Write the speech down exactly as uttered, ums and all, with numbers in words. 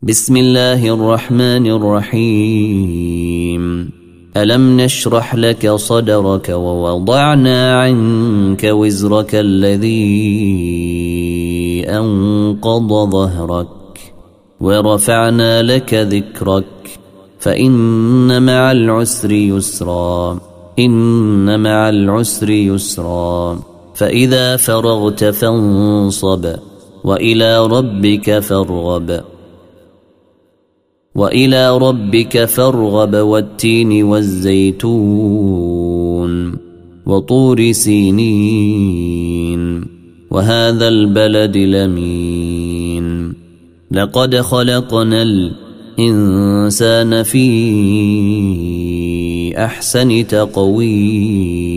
بسم الله الرحمن الرحيم. ألم نشرح لك صدرك ووضعنا عنك وزرك الذي أنقض ظهرك ورفعنا لك ذكرك فإن مع العسر يسرا إن مع العسر يسرا فإذا فرغت فانصب وإلى ربك فارغب وإلى ربك فارغب والتين والزيتون وطور سينين وهذا البلد الأمين لقد خلقنا الإنسان في أحسن تقويم